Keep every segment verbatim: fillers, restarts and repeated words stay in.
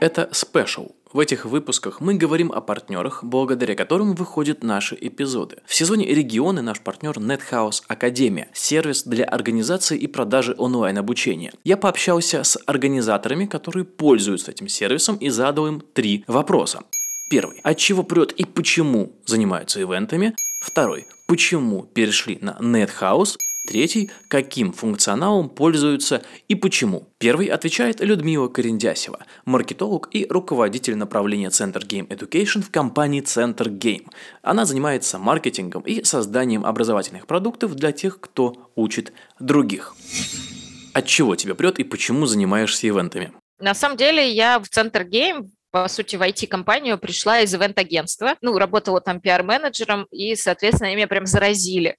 Это Special. В этих выпусках мы говорим о партнерах, благодаря которым выходят наши эпизоды. В сезоне «Регионы» наш партнер NetHouse Академия – сервис для организации и продажи онлайн-обучения. Я пообщался с организаторами, которые пользуются этим сервисом, и задал им три вопроса. Первый. От чего прет и почему занимаются ивентами? Второй. Почему перешли на NetHouse? Третий. Каким функционалом пользуются и почему? Первый отвечает Людмила Кариндясева, маркетолог и руководитель направления Центр Game Education в компании Центр Game. Она занимается маркетингом и созданием образовательных продуктов для тех, кто учит других. От чего тебя прет и почему занимаешься ивентами? На самом деле я в Центр Game, по сути, в ай ти-компанию пришла из ивент-агентства. Ну, работала там пиар-менеджером, и, соответственно, они меня прям заразили.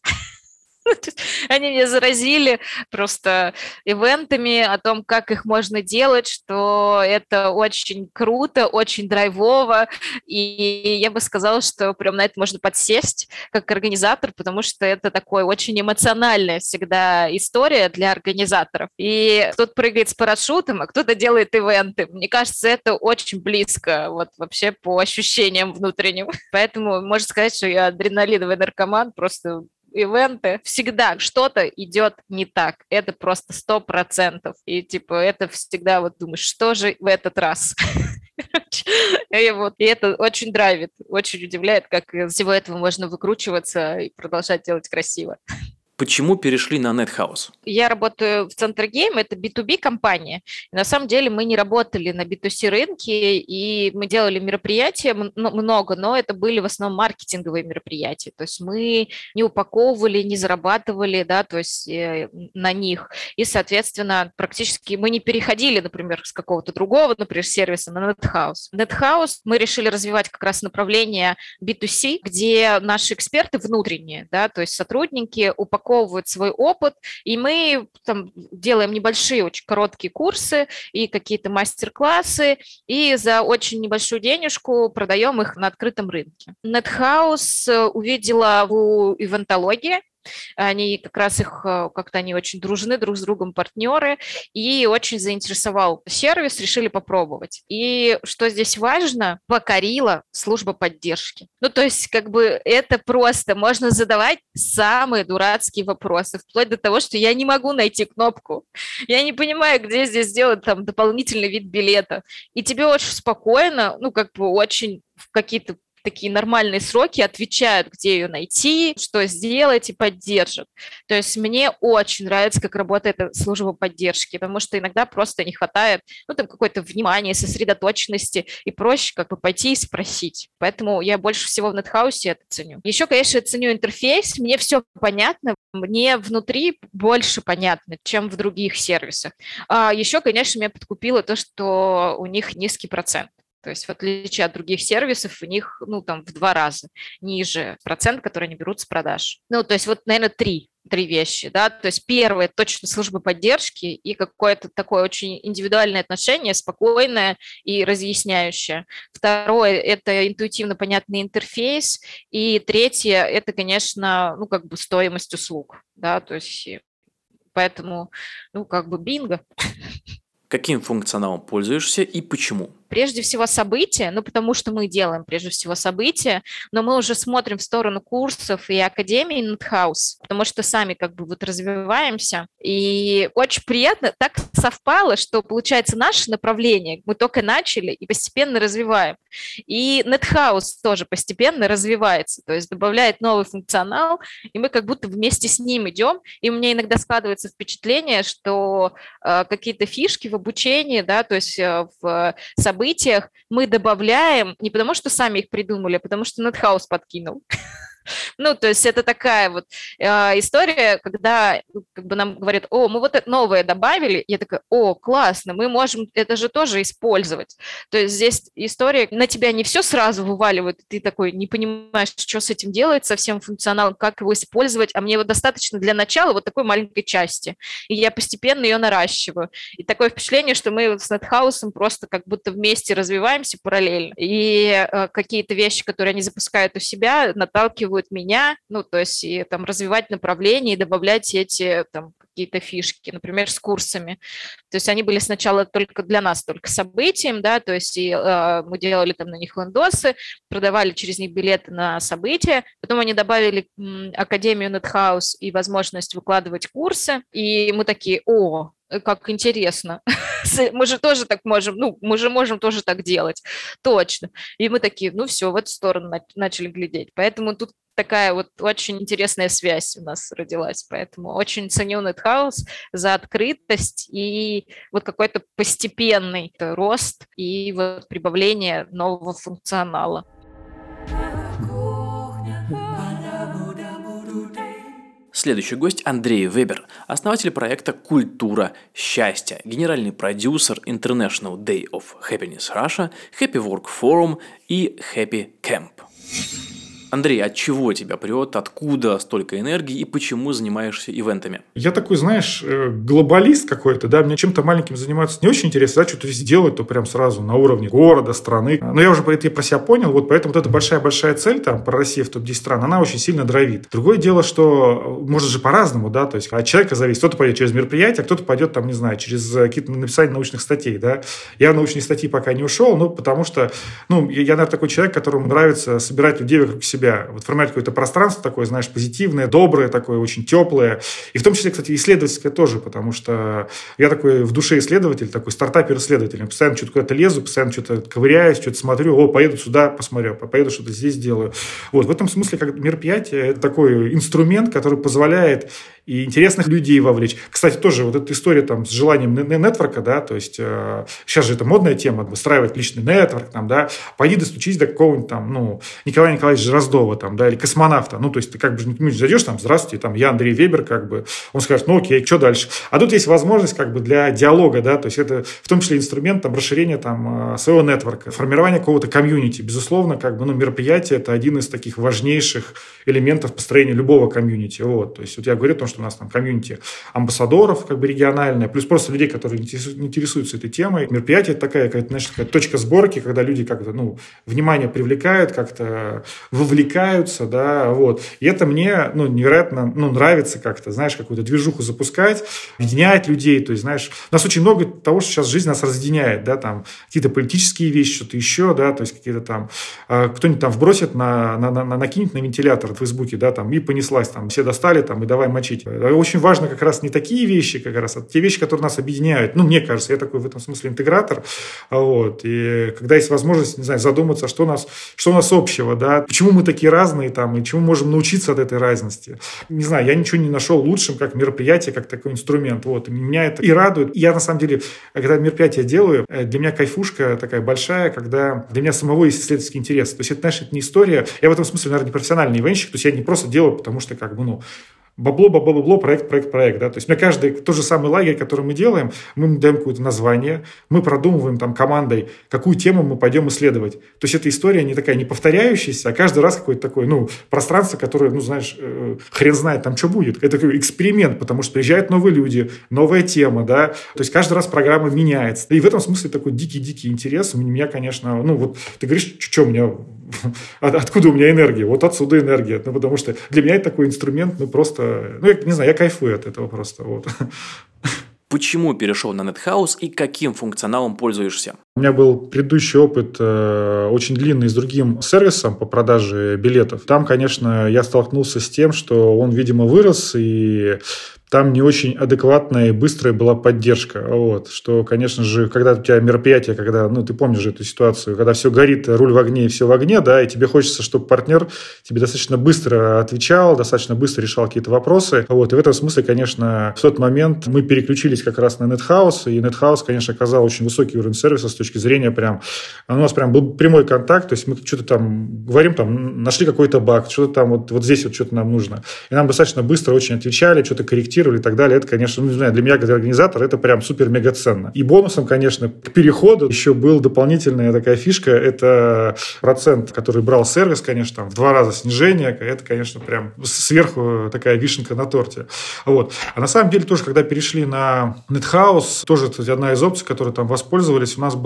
Они меня заразили просто ивентами, о том, как их можно делать, что это очень круто, очень драйвово, и я бы сказала, что прям на это можно подсесть как организатор, потому что это такой очень эмоциональная всегда история для организаторов. И кто-то прыгает с парашютом, а кто-то делает ивенты. Мне кажется, это очень близко вот вообще по ощущениям внутренним. Поэтому можно сказать, что я адреналиновый наркоман, просто ивенты, всегда что-то идет не так. Это просто сто процентов. И типа это всегда вот думаешь, что же в этот раз? И, вот, и это очень драйвит, очень удивляет, как из всего этого можно выкручиваться и продолжать делать красиво. Почему перешли на NetHouse? Я работаю в Центр Game, это би ту би компания. На самом деле мы не работали на би ту си рынке, и мы делали мероприятия много, но это были в основном маркетинговые мероприятия. То есть мы не упаковывали, не зарабатывали, да, то есть э, на них. И, соответственно, практически мы не переходили, например, с какого-то другого, например, сервиса на NetHouse. NetHouse мы решили развивать как раз направление би ту си, где наши эксперты внутренние, да, то есть сотрудники упаковывают упаковывают свой опыт, и мы там делаем небольшие, очень короткие курсы и какие-то мастер-классы, и за очень небольшую денежку продаем их на открытом рынке. NetHouse увидела в ивентологии, они как раз их, как-то они очень дружны друг с другом, партнеры, и очень заинтересовал сервис, решили попробовать. И что здесь важно, покорила служба поддержки. Ну, то есть, как бы это просто, можно задавать самые дурацкие вопросы, вплоть до того, что я не могу найти кнопку, я не понимаю, где здесь сделать там дополнительный вид билета. И тебе очень спокойно, ну, как бы очень в какие-то такие нормальные сроки отвечают, где ее найти, что сделать, и поддержат. То есть мне очень нравится, как работает эта служба поддержки, потому что иногда просто не хватает, ну, там, какое-то внимания, сосредоточенности, и проще как бы пойти и спросить. Поэтому я больше всего в NetHouse это ценю. Еще, конечно, я ценю интерфейс, мне все понятно, мне внутри больше понятно, чем в других сервисах. А еще, конечно, меня подкупило то, что у них низкий процент. То есть в отличие от других сервисов, у них, ну, там, в два раза ниже процент, который они берут с продаж. Ну, то есть вот, наверное, три, три вещи, да. То есть первое – точно служба поддержки и какое-то такое очень индивидуальное отношение, спокойное и разъясняющее. Второе – это интуитивно понятный интерфейс. И третье – это, конечно, ну, как бы стоимость услуг, да, то есть поэтому, ну, как бы бинго. Каким функционалом пользуешься и почему? Прежде всего события, ну, потому что мы делаем прежде всего события, но мы уже смотрим в сторону курсов и академии NetHouse, потому что сами как бы вот развиваемся. И очень приятно, так совпало, что, получается, наше направление мы только начали и постепенно развиваем. И NetHouse тоже постепенно развивается, то есть добавляет новый функционал, и мы как будто вместе с ним идем. И у меня иногда складывается впечатление, что э, какие-то фишки в обучении, да, то есть э, в событиях, событиях мы добавляем не потому, что сами их придумали, а потому что NetHouse подкинул. Ну, то есть это такая вот э, история, когда как бы нам говорят, о, мы вот это новое добавили, я такая, о, классно, мы можем это же тоже использовать. То есть здесь история, на тебя не все сразу вываливают, ты такой не понимаешь, что с этим делать, со всем функционалом, как его использовать, а мне вот достаточно для начала вот такой маленькой части, и я постепенно ее наращиваю. И такое впечатление, что мы с NetHouse просто как будто вместе развиваемся параллельно, и э, какие-то вещи, которые они запускают у себя, наталкивают меня, ну, то есть и, там развивать направления и добавлять эти там какие-то фишки, например, с курсами. То есть они были сначала только для нас, только событием, да, то есть и, э, мы делали там на них лендосы, продавали через них билеты на события, потом они добавили м, Академию NetHouse и возможность выкладывать курсы, и мы такие, о, как интересно, мы же тоже так можем, ну, мы же можем тоже так делать, точно. И мы такие, ну все, в эту сторону начали глядеть. Поэтому тут такая вот очень интересная связь у нас родилась. Поэтому очень ценю NetHouse за открытость и вот какой-то постепенный рост и вот прибавление нового функционала. Следующий гость Андрей Вебер, основатель проекта «Культура счастья», генеральный продюсер International Day of Happiness Russia, Happy Work Forum и Happy Camp. Андрей, от чего тебя прет, откуда столько энергии и почему занимаешься ивентами? Я такой, знаешь, глобалист какой-то, да, мне чем-то маленьким заниматься не очень интересно, да, что-то сделать, то прям сразу на уровне города, страны. Но я уже про это про себя понял, вот поэтому вот эта большая-большая цель, там, про Россию в топ десять стран, она очень сильно дровит. Другое дело, что может же по-разному, да, то есть от человека зависит. Кто-то пойдет через мероприятие, кто-то пойдет, там, не знаю, через какие-то написание научных статей, да. Я в научные статьи пока не ушел, ну, потому что, ну, я, наверное, такой человек, которому нравится собирать людей вокруг себя, вот формировать какое-то пространство такое, знаешь, позитивное, доброе такое, очень теплое. И в том числе, кстати, исследовательское тоже, потому что я такой в душе исследователь, такой стартапер-исследователь. Я постоянно что-то куда-то лезу, постоянно что-то ковыряюсь, что-то смотрю. О, поеду сюда, посмотрю, поеду что-то здесь сделаю. Вот. В этом смысле как мероприятие – это такой инструмент, который позволяет и интересных людей вовлечь. Кстати, тоже вот эта история там с желанием нетворка, да, то есть э, сейчас же это модная тема, выстраивать личный нетворк, там, да, пойди достучись до какого-нибудь там, ну, Николая Николаевича Дроздова, там, да, или космонавта, ну, то есть ты как бы ну, зайдешь там, здравствуйте, там, я Андрей Вебер, как бы, он скажет, ну, окей, что дальше? А тут есть возможность как бы для диалога, да, то есть это в том числе инструмент там расширения там своего нетворка, формирования какого-то комьюнити, безусловно, как бы, ну, мероприятие – это один из таких важнейших элементов построения любого комьюнити, вот, то есть вот я говорю о том, что у нас там комьюнити амбассадоров, как бы региональное, плюс просто людей, которые интересуются этой темой. Мероприятие это такая, какая-то, знаешь, такая точка сборки, когда люди как-то, ну, внимание привлекают, как-то вовлекаются, да, вот. И это мне, ну, невероятно, ну, нравится как-то, знаешь, какую-то движуху запускать, объединять людей, то есть, знаешь, у нас очень много того, что сейчас жизнь нас разъединяет, да, там, какие-то политические вещи, что-то еще, да, то есть, какие-то там, э, кто-нибудь там вбросит, на, на, на, накинет на вентилятор в Фейсбуке, да, там, и понеслась, там, все достали, там, и давай мочить. Очень важно как раз не такие вещи, как раз, а те вещи, которые нас объединяют. Ну, мне кажется, я такой в этом смысле интегратор. Вот. И когда есть возможность, не знаю, задуматься, что у нас, что у нас общего, да, почему мы такие разные там, и чему можем научиться от этой разности. Не знаю, я ничего не нашел лучшим, как мероприятие, как такой инструмент. Вот. И меня это и радует. И я, на самом деле, когда мероприятие делаю, для меня кайфушка такая большая, когда для меня самого есть исследовательский интерес. То есть, это, знаешь, это не история. Я в этом смысле, наверное, не профессиональный ивенщик. То есть, я не просто делаю, потому что, как бы, ну, бабло, бабло, бабло, проект, проект, проект. Да? То есть, мне каждый, тот же самый лагерь, который мы делаем, мы ему даем какое-то название, мы продумываем там командой, какую тему мы пойдем исследовать. То есть, эта история не такая, не повторяющаяся, а каждый раз какое-то такое, ну, пространство, которое, ну, знаешь, э, хрен знает там, что будет. Это такой эксперимент, потому что приезжают новые люди, новая тема, да. То есть, каждый раз программа меняется. И в этом смысле такой дикий-дикий интерес. У меня, конечно, ну, вот ты говоришь, что у меня... Откуда у меня энергия? Вот отсюда энергия. Ну, потому что для меня это такой инструмент, ну, просто... Ну, я не знаю, я кайфую от этого просто. Вот. Почему перешел на NetHouse и каким функционалом пользуешься? У меня был предыдущий опыт э, очень длинный с другим сервисом по продаже билетов. Там, конечно, я столкнулся с тем, что он, видимо, вырос, и там не очень адекватная и быстрая была поддержка. Вот. Что, конечно же, когда у тебя мероприятие, когда, ну, ты помнишь же эту ситуацию, когда все горит, руль в огне и все в огне, да, и тебе хочется, чтобы партнер тебе достаточно быстро отвечал, достаточно быстро решал какие-то вопросы. Вот. И в этом смысле, конечно, в тот момент мы переключились как раз на NetHouse, и NetHouse, конечно, оказал очень высокий уровень сервиса с точки зрения прям... У нас прям был прямой контакт, то есть мы что-то там говорим, там, нашли какой-то баг, что-то там, вот, вот здесь вот что-то нам нужно. И нам достаточно быстро очень отвечали, что-то корректировали и так далее. Это, конечно, ну, не знаю, для меня, как организатор, это прям супер-мега ценно. И бонусом, конечно, к переходу еще был дополнительная такая фишка, это процент, который брал сервис, конечно, там, в два раза снижение, это, конечно, прям сверху такая вишенка на торте. Вот. А на самом деле тоже, когда перешли на NetHouse, тоже, кстати, одна из опций, которой там воспользовались, у нас была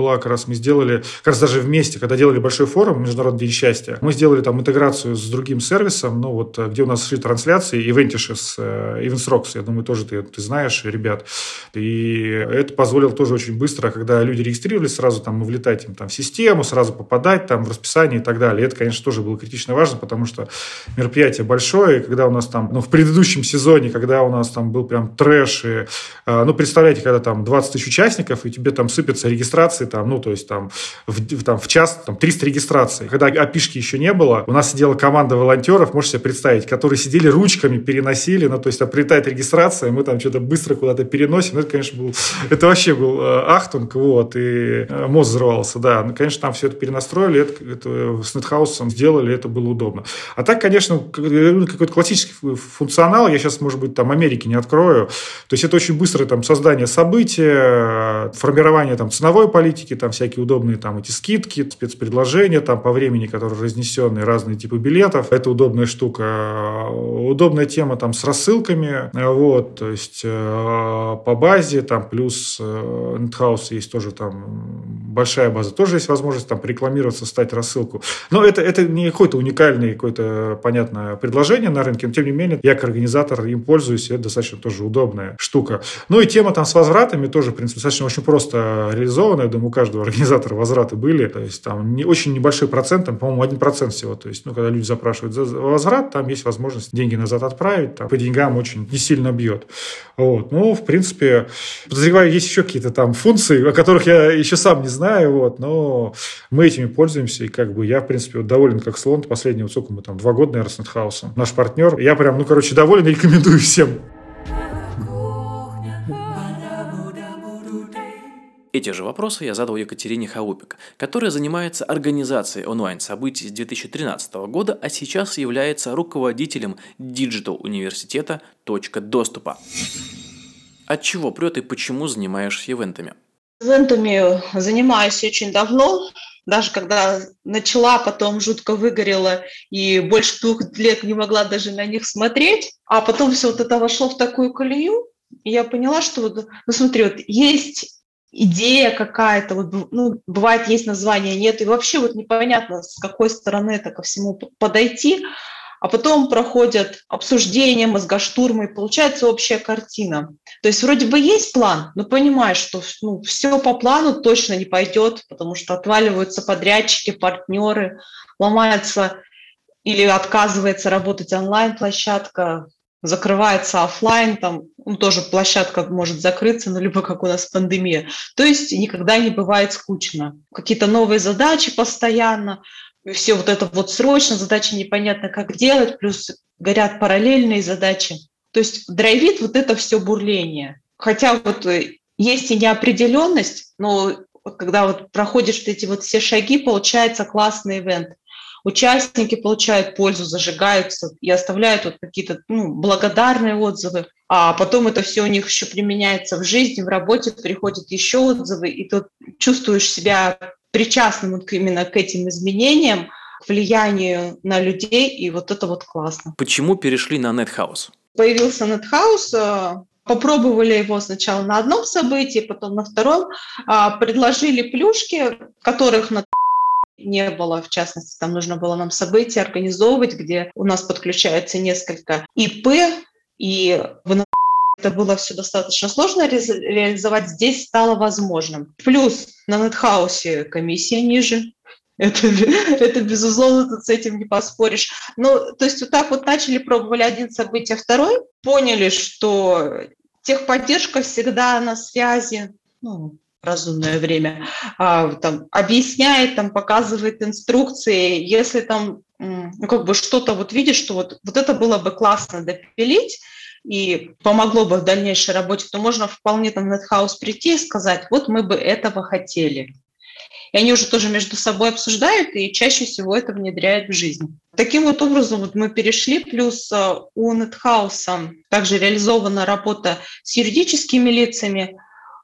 была, как раз мы сделали, как раз даже вместе, когда делали большой форум «Международный день счастья», мы сделали там интеграцию с другим сервисом, ну вот, где у нас шли трансляции, Eventish с EventsRocks, я думаю, тоже ты, ты знаешь, ребят. И это позволило тоже очень быстро, когда люди регистрировались, сразу там влетать им там в систему, сразу попадать там в расписание и так далее. И это, конечно, тоже было критично важно, потому что мероприятие большое, и когда у нас там, ну, в предыдущем сезоне, когда у нас там был прям трэш, и, ну, представляете, когда там двадцать тысяч участников, и тебе там сыпятся регистрации, там, ну, то есть там в, там, в час там, триста регистраций. Когда опишки еще не было, у нас сидела команда волонтеров, можете себе представить, которые сидели ручками, переносили, ну, то есть там прилетает регистрация, мы там что-то быстро куда-то переносим. Ну, это, конечно, был, это вообще был э, ахтунг, вот, и э, мозг взрывался, да. Ну, конечно, там все это перенастроили, это, это с NetHouse сделали, это было удобно. А так, конечно, какой-то классический функционал, я сейчас, может быть, там Америки не открою, то есть это очень быстрое там создание события, формирование там ценовой политики, там всякие удобные там эти скидки, спецпредложения там по времени, которые разнесенные, разные типы билетов. Это удобная штука. Удобная тема там с рассылками, вот, то есть э, по базе, там плюс э, NetHouse есть тоже там большая база, тоже есть возможность там порекламироваться, стать рассылку. Но это, это не какое-то уникальное, какое-то понятное предложение на рынке, но тем не менее я как организатор им пользуюсь, и это достаточно тоже удобная штука. Ну и тема там с возвратами тоже, в принципе, достаточно очень просто реализована. Я думаю, у каждого организатора возвраты были. То есть там не, очень небольшой процент, там, по-моему, один процент всего. То есть, ну, когда люди запрашивают за возврат, там есть возможность деньги назад отправить. Там, по деньгам очень не сильно бьет. Вот. Ну, в принципе, подозреваю, есть еще какие-то там функции, о которых я еще сам не знаю, вот, но мы этими пользуемся, и как бы я, в принципе, вот доволен как слон. Последние, вот сколько мы там, два года, наверное, с NetHouse. Наш партнер. Я прям, ну, короче, доволен и рекомендую всем. Эти же вопросы я задал Екатерине Халупик, которая занимается организацией онлайн-событий с две тысячи тринадцатого года, а сейчас является руководителем диджитал-университета «Точка доступа». От чего прет и почему занимаешься ивентами? Ивентами занимаюсь очень давно. Даже когда начала, потом жутко выгорела и больше двух лет не могла даже на них смотреть. А потом все вот это вошло в такую колею, и я поняла, что вот, ну смотри, вот есть идея какая-то, вот, ну, бывает, есть название, нет, и вообще вот непонятно, с какой стороны это ко всему подойти, а потом проходят обсуждения, мозгоштурмы, и получается общая картина. То есть вроде бы есть план, но понимаешь, что ну, все по плану точно не пойдет, потому что отваливаются подрядчики, партнеры, ломается или отказывается работать онлайн-площадка, закрывается офлайн, там ну, тоже площадка может закрыться, ну, либо как у нас пандемия. То есть никогда не бывает скучно. Какие-то новые задачи постоянно, все вот это вот срочно, задачи непонятно как делать, плюс горят параллельные задачи. То есть драйвит вот это все бурление. Хотя вот есть и неопределенность, но когда вот проходишь вот эти вот все шаги, получается классный ивент. Участники получают пользу, зажигаются и оставляют вот какие-то ну, благодарные отзывы, а потом это все у них еще применяется в жизни, в работе, приходят еще отзывы, и ты чувствуешь себя причастным вот именно к этим изменениям, к влиянию на людей, и вот это вот классно. Почему перешли на NetHouse? Появился NetHouse, попробовали его сначала на одном событии, потом на втором, предложили плюшки, которых на не было, в частности, там нужно было нам события организовывать, где у нас подключается несколько ИП, и в это было все достаточно сложно ре- реализовать, здесь стало возможным. Плюс на NetHouse комиссия ниже, это, это безусловно, тут с этим не поспоришь. Ну, то есть вот так вот начали, пробовали один событие, второй, поняли, что техподдержка всегда на связи, ну, разумное время, а, там, объясняет, там, показывает инструкции. Если там ну, как бы что-то вот видишь, что вот, вот это было бы классно допилить и помогло бы в дальнейшей работе, то можно вполне там в NetHouse прийти и сказать, вот мы бы этого хотели. И они уже тоже между собой обсуждают и чаще всего это внедряют в жизнь. Таким вот образом вот мы перешли, плюс у NetHouse также реализована работа с юридическими лицами.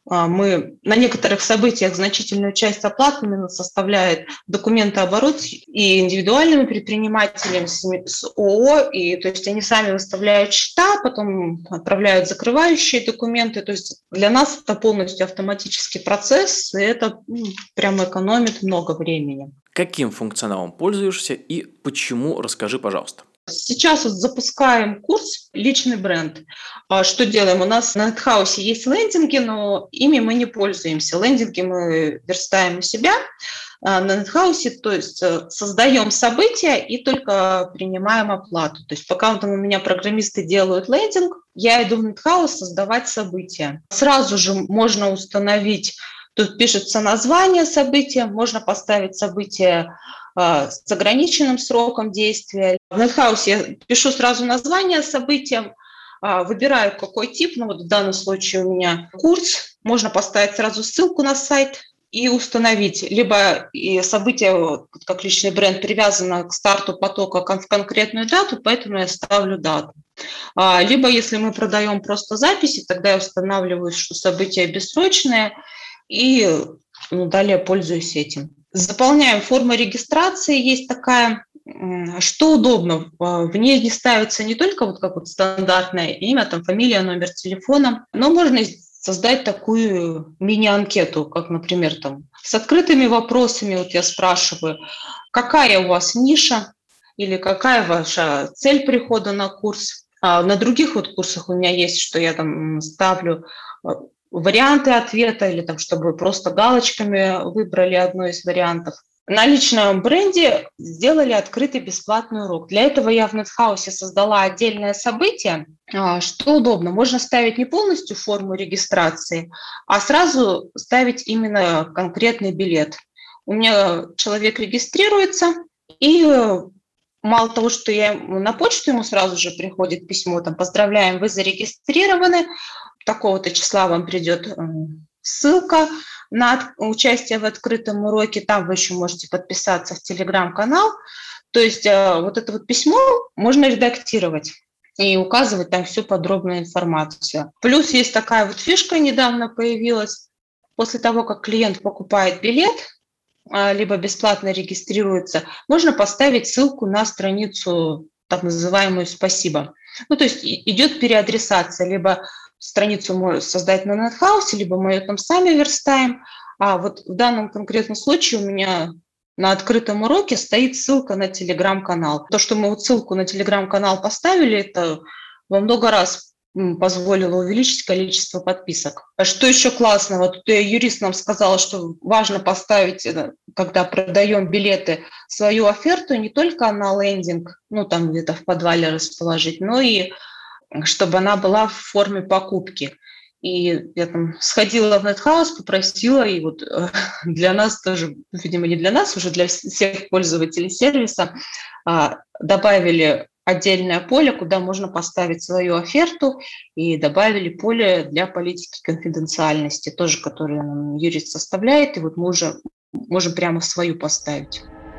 Мы на некоторых событиях значительную часть оплат именно составляет документооборот и индивидуальными предпринимателями, с ООО, и то есть они сами выставляют счета, потом отправляют закрывающие документы. То есть для нас это полностью автоматический процесс, и это ну, прямо экономит много времени. Каким функционалом пользуешься и почему? Расскажи, пожалуйста. Сейчас вот запускаем курс «Личный бренд». Что делаем? У нас на NetHouse есть лендинги, но ими мы не пользуемся. Лендинги мы верстаем у себя на NetHouse, то есть создаем события и только принимаем оплату. То есть пока там у меня программисты делают лендинг, я иду в NetHouse создавать события. Сразу же можно установить, тут пишется название события, можно поставить событие с ограниченным сроком действия. В NetHouse я пишу сразу название события, выбираю какой тип, ну вот в данном случае у меня курс, можно поставить сразу ссылку на сайт и установить. Либо и событие, как личный бренд, привязано к старту потока в конкретную дату, поэтому я ставлю дату. Либо если мы продаем просто записи, тогда я устанавливаю, что событие бессрочное, и ну, далее пользуюсь этим. Заполняем форму регистрации, есть такая, что удобно, в ней не ставится не только вот как вот стандартное имя, там фамилия, номер телефона, но можно создать такую мини-анкету, как, например, там с открытыми вопросами, вот я спрашиваю, какая у вас ниша или какая ваша цель прихода на курс. А на других вот курсах у меня есть, что я там ставлю варианты ответа или там, чтобы просто галочками выбрали одно из вариантов. На личном бренде сделали открытый бесплатный урок. Для этого я в NetHouse создала отдельное событие. Что удобно, можно ставить не полностью форму регистрации, а сразу ставить именно конкретный билет. У меня человек регистрируется, и мало того, что я на почту ему сразу же приходит письмо, там, поздравляем, вы зарегистрированы, такого-то числа вам придет ссылка на участие в открытом уроке, там вы еще можете подписаться в телеграм-канал. То есть вот это вот письмо можно редактировать и указывать там всю подробную информацию. Плюс есть такая вот фишка, недавно появилась. После того, как клиент покупает билет, либо бесплатно регистрируется, можно поставить ссылку на страницу, так называемую «Спасибо». Ну, то есть идет переадресация, либо страницу можно создать на NetHouse, либо мы ее там сами верстаем. А вот в данном конкретном случае у меня на открытом уроке стоит ссылка на телеграм-канал. То, что мы вот ссылку на телеграм-канал поставили, это во много раз позволило увеличить количество подписок. А что еще классного? Тут юрист нам сказал, что важно поставить, когда продаем билеты, свою оферту не только на лендинг, ну там где-то в подвале расположить, но и чтобы она была в форме покупки. И я там сходила в NetHouse, попросила, и вот для нас тоже, видимо, не для нас, уже для всех пользователей сервиса, добавили отдельное поле, куда можно поставить свою оферту, и добавили поле для политики конфиденциальности, тоже, которое нам юрист составляет, и вот мы уже можем прямо свою поставить.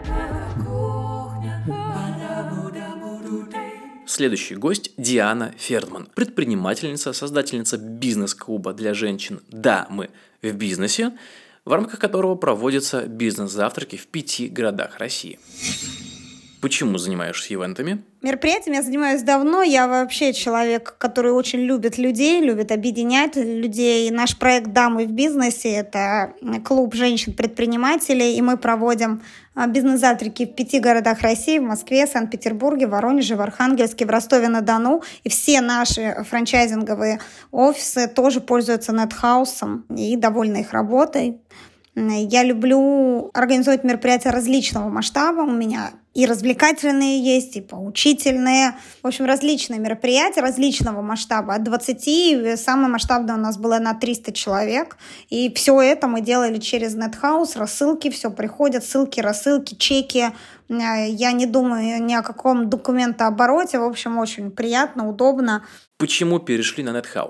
Следующий гость – Диана Фердман, предпринимательница, создательница бизнес-клуба для женщин «Да, мы в бизнесе», в рамках которого проводятся бизнес-завтраки в пяти городах России. Почему занимаешься ивентами? Мероприятием я занимаюсь давно. Я вообще человек, который очень любит людей, любит объединять людей. Наш проект «Дамы в бизнесе» — это клуб женщин-предпринимателей, и мы проводим бизнес-завтраки в пяти городах России: в Москве, Санкт-Петербурге, Воронеже, в Архангельске, в Ростове-на-Дону. И все наши франчайзинговые офисы тоже пользуются NetHouse и довольны их работой. Я люблю организовать мероприятия различного масштаба. У меня и развлекательные есть, и поучительные. В общем, различные мероприятия различного масштаба. От двадцати, самое масштабное у нас было на триста человек. И все это мы делали через NetHouse, рассылки, все приходят, ссылки, рассылки, чеки. Я не думаю ни о каком документообороте. В общем, очень приятно, удобно. Почему перешли на NetHouse?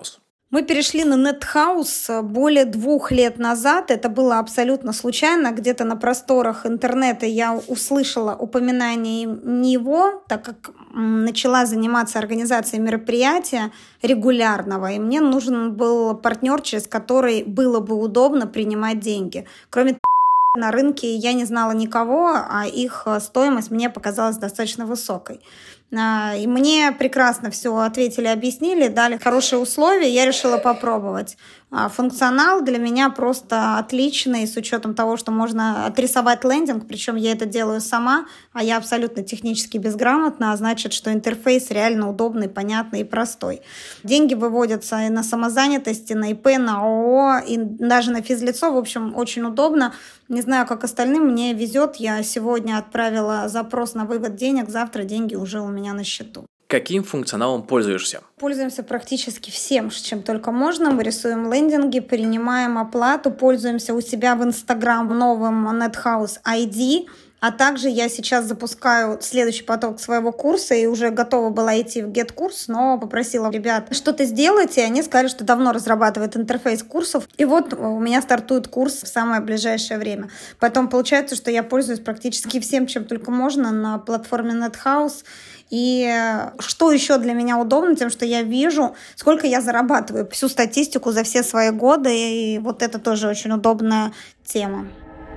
Мы перешли на NetHouse более двух лет назад. Это было абсолютно случайно. Где-то на просторах интернета я услышала упоминание него, так как начала заниматься организацией мероприятия регулярного. И мне нужен был партнер, через который было бы удобно принимать деньги. Кроме на рынке я не знала никого, а их стоимость мне показалась достаточно высокой. И мне прекрасно все ответили, объяснили, дали хорошие условия, я решила попробовать. Функционал для меня просто отличный, с учетом того, что можно отрисовать лендинг, причем я это делаю сама, а я абсолютно технически безграмотна, а значит, что интерфейс реально удобный, понятный и простой. Деньги выводятся и на самозанятость, и на ИП, на ООО, и даже на физлицо, в общем, очень удобно. Не знаю, как остальным, мне везет, я сегодня отправила запрос на вывод денег, завтра деньги уже у меня на счету. Каким функционалом пользуешься? Пользуемся практически всем, чем только можно. Мы рисуем лендинги, принимаем оплату, пользуемся у себя в Instagram новым NetHouse ай ди. А также я сейчас запускаю следующий поток своего курса и уже готова была идти в GetCourse, но попросила ребят что-то сделать, и они сказали, что давно разрабатывают интерфейс курсов. И вот у меня стартует курс в самое ближайшее время. Поэтому получается, что я пользуюсь практически всем, чем только можно на платформе NetHouse. И что еще для меня удобно, тем, что я вижу, сколько я зарабатываю, всю статистику за все свои годы, и вот это тоже очень удобная тема.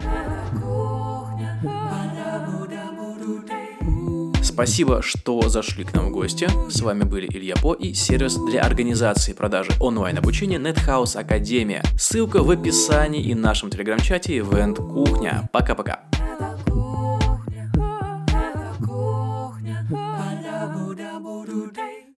Спасибо, что зашли к нам в гости. С вами были Илья По и сервис для организации и продажи онлайн-обучения NetHouse Академия. Ссылка в описании и нашем телеграм-чате Event Кухня. Пока-пока.